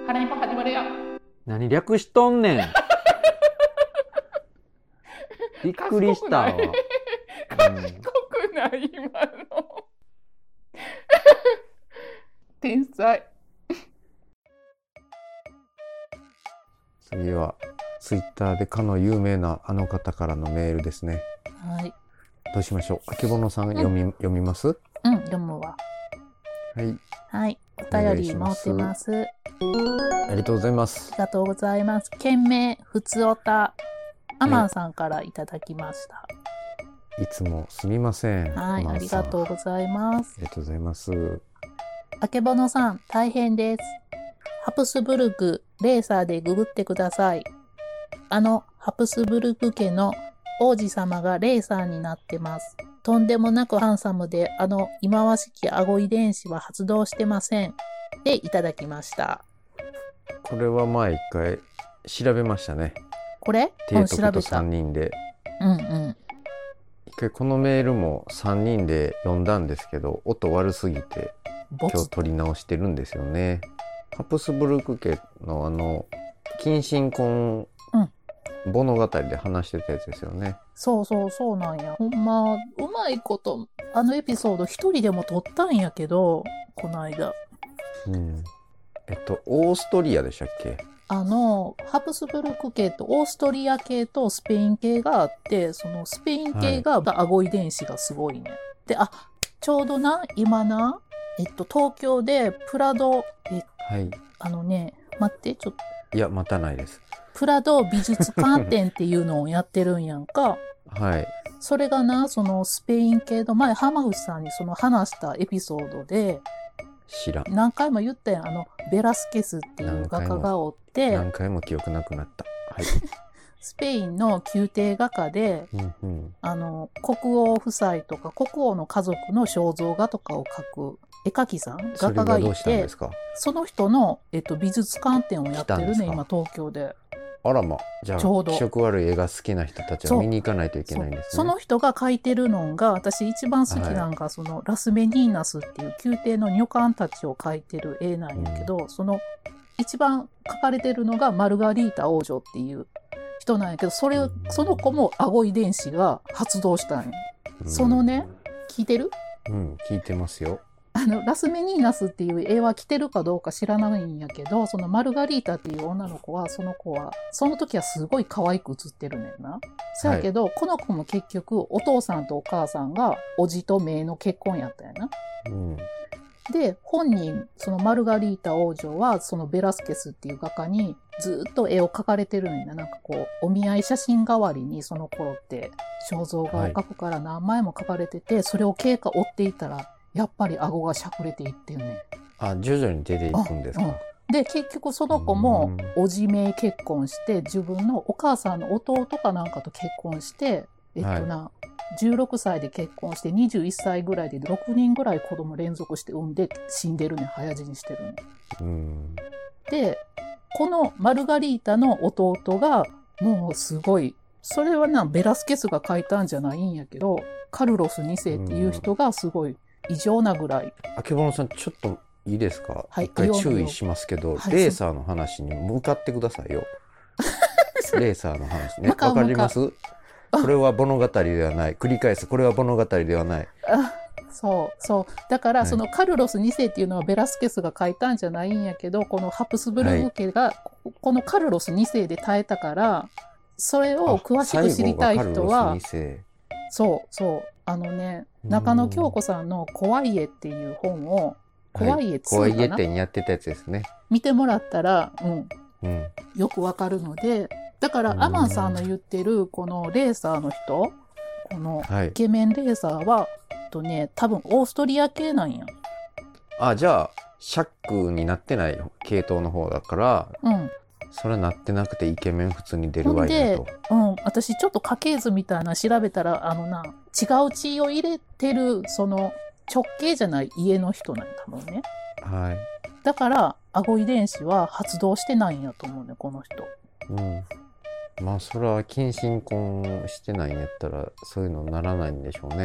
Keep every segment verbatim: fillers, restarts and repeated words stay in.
腹ニコ始まるよ。 何略しとんねん。びっくりしたわ。 賢くない、うん、今の天才。 次はツイッターでかの有名なあの方からのメールですね。 はい。 どうしましょう。あけぼのさん、うん、読み読みます？ うん、読むわ。 はい。 はい。お便り持ってます。 ありがとうございます。 ありがとうございます。件名ふつおたアマンさんからいただきました。 いつもすみません。 はい、ありがとうございます。 ありがとうございます。 あけぼのさん、大変です。ハプスブルクレーサーでググってください。あのハプスブルク家の王子様がレーサーになってます。とんでもなくハンサムで、あの忌まわしき顎遺伝子は発動してません。でいただきました。 これは前一回調べましたね。 これ？ 提督とさんにんで。 うんうん。 一回このメールもさんにんで読んだんですけど、音悪すぎて今日取り直してるんですよね。ハプスブルク家のあの近親婚物語で話してたやつですよね。 そうそうそうなんや。ほんまうまいことあのエピソード一人でも撮ったんやけど、この間。 うん。えっとオーストリアでしたっけ？ あのハプスブルク系とオーストリア系とスペイン系があって、そのスペイン系が顎遺伝子がすごいね。で、あ、ちょうどな今なえっと東京でプラドえ、 はい、 あのね待ってちょっといや待たないです。 プラド美術館展っていうのをやってるんやんか。 はい。 それがなそのスペイン系の前浜口さんにその話したエピソードで。 知らん。 何回も言ったやん。あのベラスケスっていう画家がおって何回も記憶なくなった、はい、 スペインの宮廷画家で、うんうん、あの国王夫妻とか国王の家族の肖像画とかを描く絵描きさん画家がいて、 そ, ですかその人の、えっと、美術館展をやってるね今東京で。 あらま、じゃあちょうど気色悪い絵が好きな人たちは見に行かないといけないんですね。 そ, その人が描いてるのが私一番好きなのが、はい、そのラスメニーナスっていう宮廷の女官たちを描いてる絵なんやけど、うん、その一番描かれてるのがマルガリータ王女っていう人なんやけど、それ、うん、その子も顎遺伝子が発動したんや、うん、そのね聞いてる？ うん聞いてますよ。 あのラスメニーナスっていう絵は着てるかどうか知らないんやけど、そのマルガリータっていう女の子はその子はその時はすごい可愛く写ってるねんな。そうやけど、はい、この子も結局お父さんとお母さんがおじと姪の結婚やったんやな、うん、で本人そのマルガリータ王女はそのベラスケスっていう画家にずっと絵を描かれてるんや。なんかこうお見合い写真代わりにその頃って肖像画を描くから何枚も描かれてて、はい、それを経過追っていったらやっぱり顎がしゃくれていってんねん。 あ、徐々に出ていくんですか？うん、 で結局その子もおじめ結婚して自分のお母さんの弟かなんかと結婚してえっとな、はい、じゅうろくさいで結婚してにじゅういっさいぐらいでろくにんぐらい子供連続して産んで死んでるねん。早死にしてるねん。うんでこのマルガリータの弟がもうすごい、それはなベラスケスが書いたんじゃないんやけど、カルロスにせいっていう人がすごい異常なぐらい。 あけぼのさんちょっといいですか？ はい、 一回注意しますけど、はい、レーサーの話に向かってくださいよ。レーサーの話ね。わかります？これは物語ではない。繰り返す。これは物語ではない。 あ、そうそう。だから、はい、そのカルロスにせいっていうのはベラスケスが書いたんじゃないんやけど、このハプスブルク家が、はい、このカルロスにせいで耐えたから、それを詳しく知りたい人は、そうそう。あのね、中野京子さんの怖い絵っていう本を、怖い絵ツーかな、 はい、怖い絵展やってたやつですね。 見てもらったら、うん、うん、よくわかるので、だからアマンさんの言ってるこのレーサーの人、このイケメンレーサーは、はい、とね、多分オーストリア系なんや。 あ、じゃあシャックになってない系統の方だから、うん。それはなってなくてイケメン普通に出るわよと。 うん、私ちょっと家系図みたいな調べたら、あのな、違う血を入れてるその直系じゃない家の人なんだもんね。 はい。 だから顎遺伝子は発動してないんやと思うね、この人。 うん。まあそれは近親婚してないんやったらそういうのならないんでしょうね。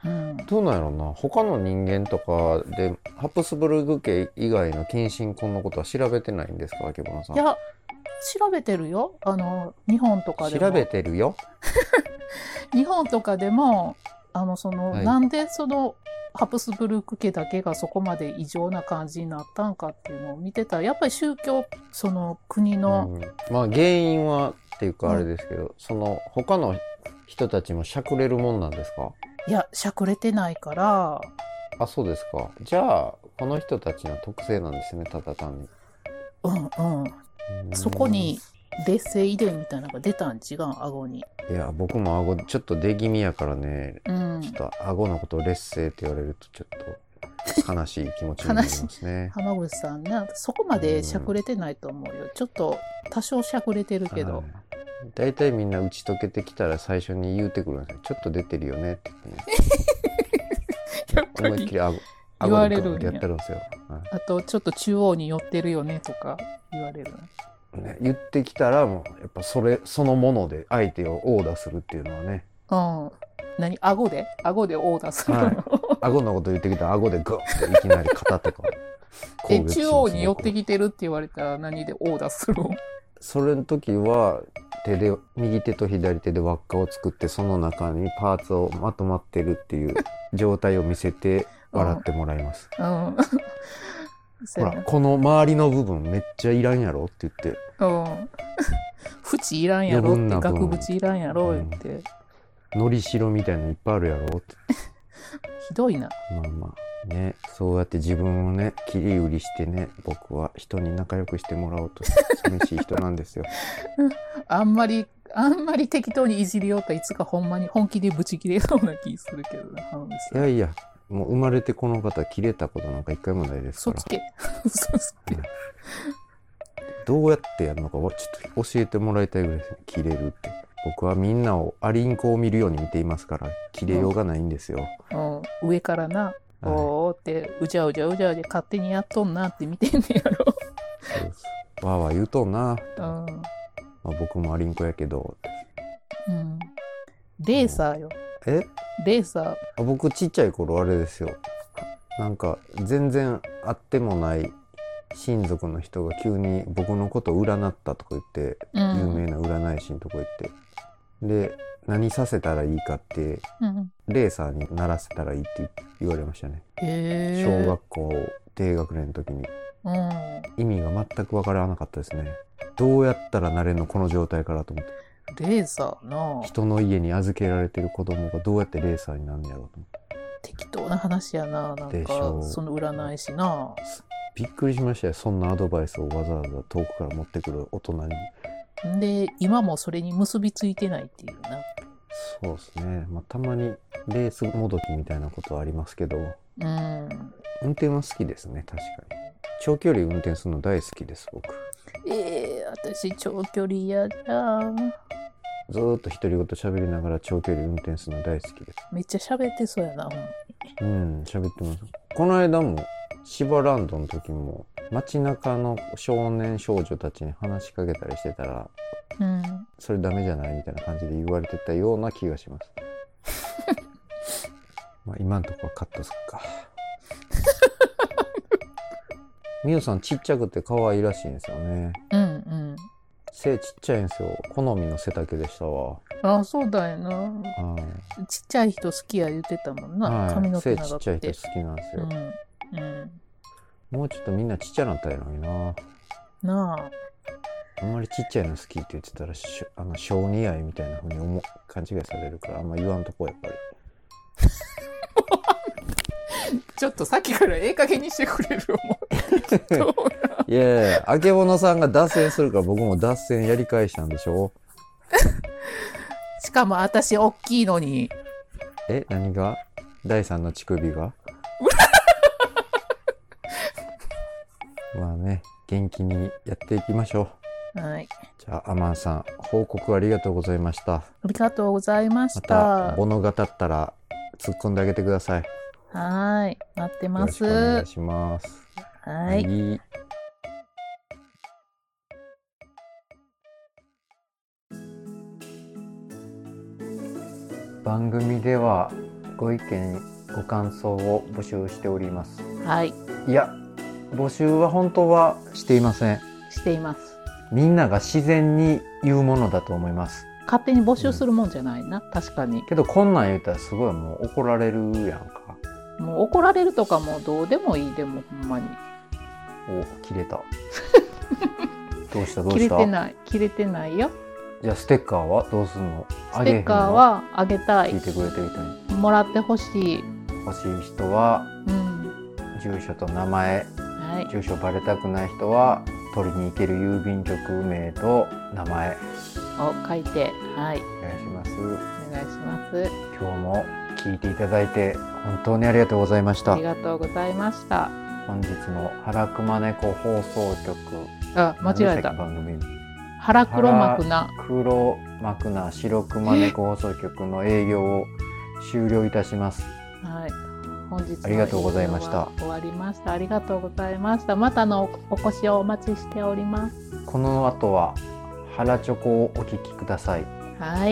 うん、 どうなんやろうな、他の人間とかでハプスブルグ家以外の近親婚のことは調べてないんですか、あけぼのさん。 いや、調べてるよ。あの、日本とかでも。 調べてるよ。 日本とかでも、あの、その、 はい、 なんでその、ハプスブルク家だけがそこまで異常な感じになったんかっていうのを見てたら、やっぱり宗教、その国の、 うん、まあ原因はっていうかあれですけど、 うん、 その他の人たちもしゃくれるもんなんですか？ いや、しゃくれてないから、 あ、そうですか。じゃあこの人たちの特性なんですね、ただ単に。 うんうん。そこに劣勢遺伝みたいなのが出たん違う、顎に。 いや、僕も顎ちょっと出気味やからね、 うん、 ちょっと顎のことを劣勢って言われるとちょっと悲しい気持ちになりますね。 浜口さんね、そこまでしゃくれてないと思うよ。ちょっと多少しゃくれてるけど。 だいたいみんな打ち解けてきたら最初に言うてくるんですよ。ちょっと出てるよねって言ってね。 やっぱ思いっきりり顎言われるんや顎でガーってやってるんですよ。はい、 あとちょっと中央に寄ってるよねとか言われる。 ね、言ってきたらもうやっぱそれそのもので相手をオーダーするっていうのはね。 うん。何顎で顎でオーダーするの、はい、 顎のこと言ってきたら顎でグッていきなり肩とかえ、中央に寄ってきてるって言われたら何でオーダーするの？ それの時は手で右手と左手で輪っかを作ってその中にパーツをまとまってるっていう状態を見せて笑ってもらいます。うん、うんほらこの周りの部分めっちゃいらんやろって言って。うん。 縁いらんやろって額縁いらんやろって。 うん、のりしろみたいなのいっぱいあるやろって。 ひどいな。 まあまあね、そうやって自分をね切り売りしてね、僕は人に仲良くしてもらおうと寂しい人なんですよ。 あんまりあんまり適当にいじりよったらいつかほんまに本気でブチ切れそうな気するけどね。 いやいや、もう生まれてこの方切れたことなんか一回もないですから。 嘘つけ。嘘つけ。 どうやってやるのかちょっと教えてもらいたいぐらいですね。切れるって。僕はみんなをアリンコを見るように見ていますから切れようがないんですよ。 うんうん、上からな、おーってうじゃうじゃうじゃうじゃ勝手にやっとんなって見てんねやろ。 そうです。わーわー言うとんな。うん、まあ、僕もアリンコやけど。 うん。レーサーよ。 え？ レーサー。 僕ちっちゃい頃あれですよ。なんか全然会ってもない親族の人が急に僕のことを占ったとか言って、うん、有名な占い師のとこ行ってで何させたらいいかって、うん、レーサーにならせたらいいって言われましたね。へー。小学校低学年の時に、うん、意味が全く分からなかったですね。どうやったらなれるのこの状態からと思って。 レーサーな人の家に預けられてる子供がどうやってレーサーになるんやろうと思って。 適当な話やな。なんかその占い師な。 びっくりしましたよ。そんなアドバイスをわざわざ遠くから持ってくる大人に。で今もそれに結びついてないっていうな。 そうですね。まあたまにレースもどきみたいなことはありますけど、うん、運転は好きですね。確かに長距離運転するの大好きです僕。 えー、私長距離嫌じゃん。 ずーっと独り言喋りながら長距離運転するの大好きです。 めっちゃ喋ってそうやな。 うん、喋ってます。この間もシバランドの時も街中の少年少女たちに話しかけたりしてたら、うん、それダメじゃないみたいな感じで言われてたような気がします。まあ今んとこはカットすっか。みゆさんちっちゃくて可愛いらしいんですよね。うんうん。背ちっちゃいんですよ。好みの背丈でしたわ。 あ、そうだよな。ちっちゃい人好きや言ってたもんな。はい、髪の毛長くて。 背ちっちゃい人好きなんですよ。うんうん、もうちょっとみんなちっちゃなったやのにな。なあ。あんまりちっちゃいの好きって言ってたらしあの小児愛みたいな風に思勘違いされるからあんま言わんとこやっぱり。 ちょっとさっきからええ加減にしてくれる思う。いやいや、あけぼのさんが脱線するから僕も脱線やり返したんでしょ。 しかも私大きいのに。 え、何が？第三の乳首が？まあね、元気にやっていきましょう。はい。じゃあアマンさん、報告ありがとうございました。 ありがとうございました。 また物語ったら突っ込んであげてください。 はい、待ってます。 よろしくお願いします。 はい。はい、 番組ではご意見ご感想を募集しております。 はい。 いや募集は本当はしていません。 しています。 みんなが自然に言うものだと思います。 勝手に募集するもんじゃないな、うん、確かに。 けどこんなん言うたらすごいもう怒られるやんか。 もう怒られるとかもうどうでもいい。でもほんまに。 お、切れた。どうしたどうした。 切れてない切れてないよ。 じゃあステッカーはどうすんの？ ステッカーはあげたい。 聞いてくれてる人にもらってほしい。 欲しい人は、うん、住所と名前、はい、住所バレたくない人は取りに行ける郵便局名と名前を書いて、はい、 お願いします。 お願いします。 今日も聞いていただいて本当にありがとうございました。 ありがとうございました。 本日の原熊猫放送局、 あ、間違えた。 番組原黒幕な黒幕な白熊猫放送局の営業を終了いたします。はい。本日のありがとうございました。 終わりました。ありがとうございました。またのお越しをお待ちしております。 この後は原チョコをお聞きください。 はい。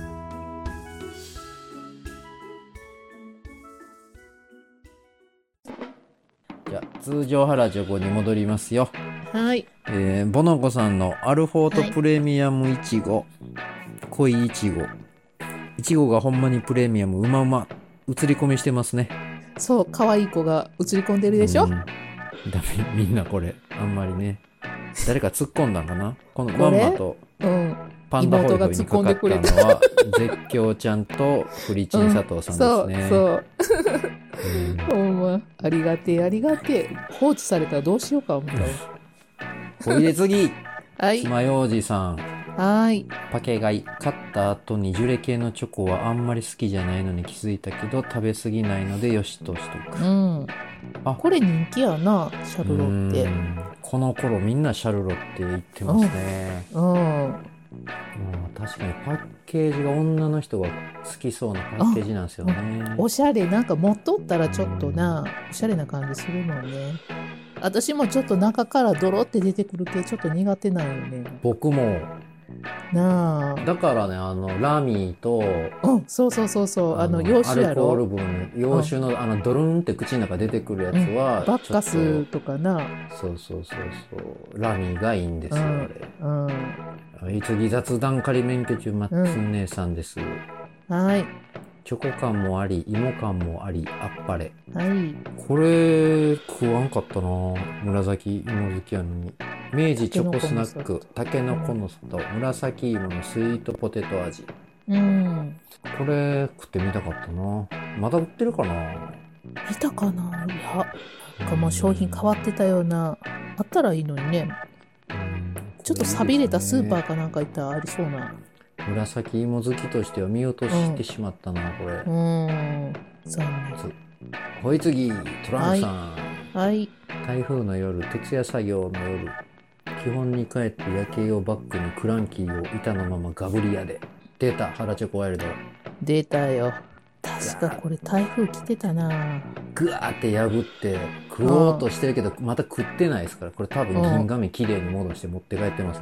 じゃあ通常原チョコに戻りますよ。 はい。 えー、ボノコさんのアルフォートプレミアムいちご、はい、恋いちごいちごがほんまにプレミアムうまうま映り込みしてますね。 そう、可愛い子が映り込んでるでしょ。うん、 ダメ、みんなこれあんまりね、誰か突っ込んだんかな。このまんまとパンダホイホイにかかったのは絶叫ちゃんとフリチン佐藤さんですね。 うん、そうそう、うん、ほんまありがてえありがてえ。放置されたらどうしようか思ったわ。 ほいで次、 はい、 爪楊枝さん。 はい。 パケ買い。買った後にジュレ系のチョコはあんまり好きじゃないのに気づいたけど食べ過ぎないのでよしとしとく。 うん。あ、これ人気やな、シャルロって。 この頃みんなシャルロって言ってますね。うん。うん、確かにパッケージが女の人が好きそうなパッケージなんですよね。 おしゃれ、なんか持っとったらちょっとな、おしゃれな感じするもんね。私もちょっと中からドロって出てくる系ちょっと苦手なんよね。 僕もなあ。だからね、あのラミーと、 うん、そうそうそうそう、あの洋酒やろ。 アルコール分、洋酒の、うん、あのドルンって口の中出てくるやつは、うん、 バッカスとかな。 そうそうそうそう、ラミーがいいんですよ、うん、あれ。うん。いつぎ雑談仮免許中マッツン姉さんです。 うん、はい。 チョコ感もあり、芋感もあり、あっぱれ。 はい。 これ、食わんかったな。紫芋好きやのに。明治チョコスナック、たけのこの里、紫芋のスイートポテト味。うん。これ、食ってみたかったな。まだ売ってるかな。 見たかな。いや、なんかもう商品変わってたような。あったらいいのにね。うん、ちょっと錆びれたスーパーかなんか行ったらありそうな。 紫芋好きとしては見落としてしまったな、うん、これ。うん。 残念。 ほい次、トランさん。 はい。はい、 台風の夜、徹夜作業の夜。基本に帰って夜景をバックにクランキーを板のままガブリアで。出た、原チョコワイルド。 出たよ。確かこれ台風来てたな。 ぐわーって破って食おうとしてるけど、また食ってないですから。これ多分銀紙きれいに戻して持って帰ってます。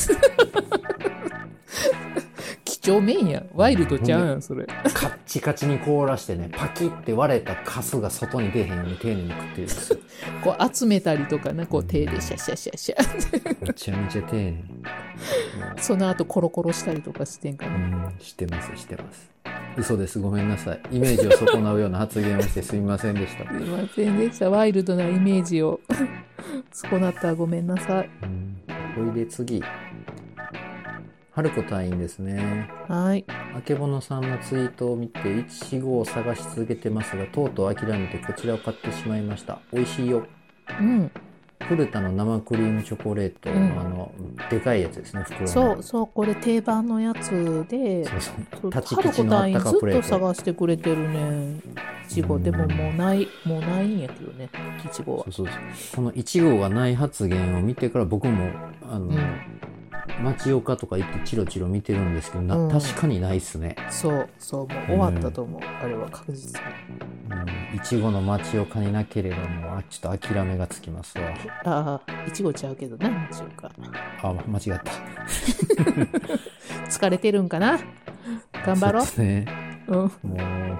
几帳面やん。ワイルドちゃうやん、それ。 カッチカチに凍らしてね、パキって割れたカスが外に出へんように丁寧に食ってるんですよ。 こう集めたりとかね、こう手でシャシャシャシャ。 めちゃめちゃ丁寧に。 その後コロコロしたりとかしてんかな。うん、 してます、してます。嘘です。ごめんなさい。イメージを損なうような発言をしてすみませんでした。 すみませんでした。ワイルドなイメージを損なったらごめんなさい。 うん、ほいで次。春子隊員ですね。 はい。 あけぼのさんのツイートを見て、いちごを探し続けてますが、とうとう諦めてこちらを買ってしまいました。美味しいよ。うん。古田の生クリームチョコレートの、うん、あのでかいやつですね、袋の。 そうそう、これ定番のやつで、そうそう、立ち吉のあったかプレート。ずっと探してくれてるね。いちごでももうないもうないんやけどね、いちごは。 そうそうそう。このいちごがない発言を見てから僕もあの。うん、町岡とか行ってチロチロ見てるんですけど、な、うん、確かにないっすね。 そうそう、もう終わったと思う、うん、あれは確実に。 いちごの町岡になければもうあちょっと諦めがつきますわ。 ああ、いちごちゃうけどな、町岡。 あ、間違った。 疲れてるんかな。頑張ろう。 そうですね。うん、もう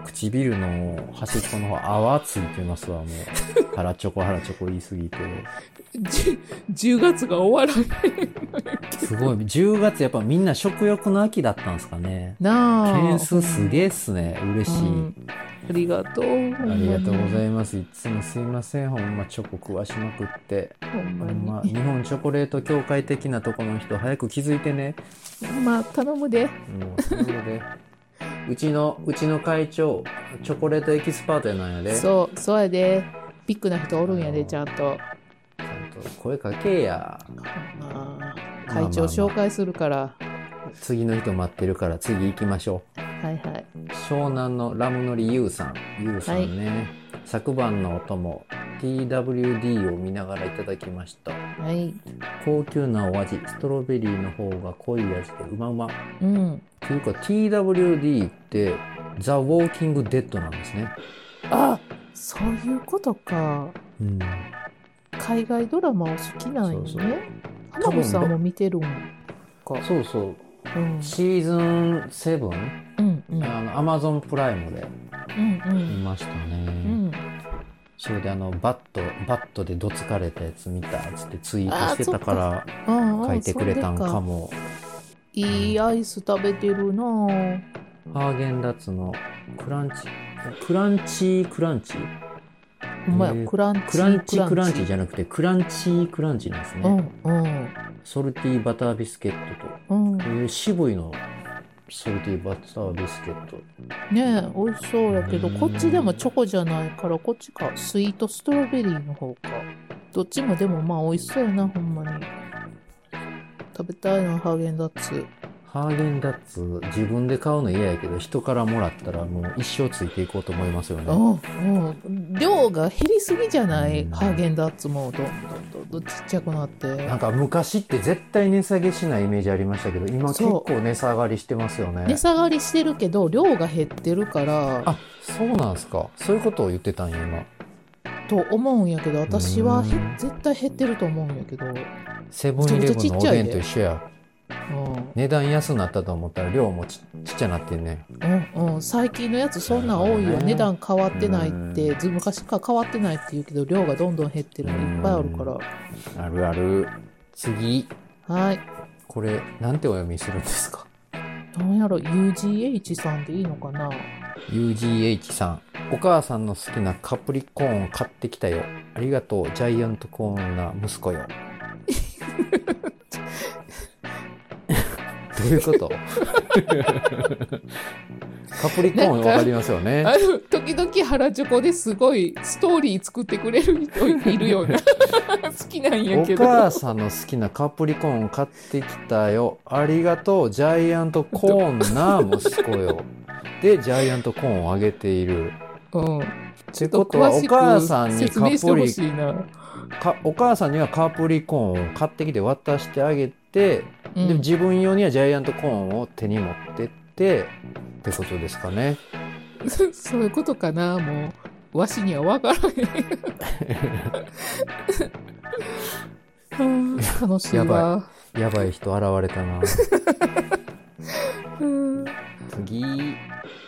唇の端っこの方泡ついてますわ、もう。腹チョコ腹チョコ言いすぎて。 じゅうがつが終わらない。 すごい。じゅうがつやっぱみんな食欲の秋だったんですかね。 なあ。 件数すげえっすね。嬉しい。うん、 ありがとう。ありがとうございます。いつもすいません。ほんまチョコ食わしまくって。 ほんまに。 ほんま日本チョコレート協会的なとこの人早く気づいてね。 まあ頼むで。 もう頼むで。うちの、うちの会長、チョコレートエキスパートやなんやで。 そう、そうやで。ビッグな人おるんやで、ちゃんと。ちゃんと声かけや。 あ会長紹介するから、まあまあまあ。次の人待ってるから次行きましょう。 はいはい。 湘南のラムノリユウさん。ユウさんね。はい、昨晩のお供、ティーダブリューディー を見ながらいただきました。 はい。 高級なお味、ストロベリーの方が濃い味でうまうま。 うん。 っていうか ティーダブリューディー ってザ・ウォーキング・デッドなんですね。 あ、そういうことか。 うん。 海外ドラマを好きなんよね。浜辺さんも見てるんか。 そうそう。うん、シーズンセブン、 うんうん、 あのアマゾンプライムで見ましたね。うんうん、それであのバットバットでどつかれたやつ見たっつってツイートしてたから書いてくれたんかも。 いいアイス食べてるなぁ。 ハーゲンダッツのクランチクランチクランチほんまや、クランチクランチクランチじゃなくてクランチクランチなんですね。 うんうん、 ソルティーバタービスケットと、うんえー、渋いのソルティーバタービスケットねえ美味しそうやけどこっちでもチョコじゃないからこっちかスイートストロベリーの方かどっちもでもまあ美味しそうやなほんまに食べたいなハーゲンダッツハーゲンダッツ自分で買うの嫌やけど人からもらったらもう一生ついていこうと思いますよね。 うんうん、量が減りすぎじゃない、うん、ハーゲンダッツもどんどんどんどんちっちゃくなってなんか昔って絶対値下げしないイメージありましたけど今結構値下がりしてますよね。 値下がりしてるけど量が減ってるからあそうなんですかそういうことを言ってたんや今と思うんやけど私は絶対減ってると思うんやけどセブンイレブンのおでんと一緒やうん、値段安なったと思ったら量も ち, ちっちゃなってんね、 うんうん、最近のやつそんなん多いよ、ね、値段変わってないって昔から変わってないって言うけど量がどんどん減ってるのいっぱいあるからあるある次はいこれなんてお読みするんですかなんやろ ユージーエイチ さんでいいのかなユージーエイチ さんお母さんの好きなカプリコーン買ってきたよありがとうジャイアントコーンな息子よどういうことカプリコーンわかりますよねあの時々腹チョコですごいストーリー作ってくれる人いるよね好きなんやけどお母さんの好きなカプリコーン買ってきたよありがとうジャイアントコーンな息子よでジャイアントコーンをあげている、うん、ってことはお母さんにカプリかお母さんにはカプリコーンを買ってきて渡してあげてでも自分用にはジャイアントコーンを手に持ってってってことですかねそういうことかなもうわしには分からへん楽しいわやばいやばい人現れたな次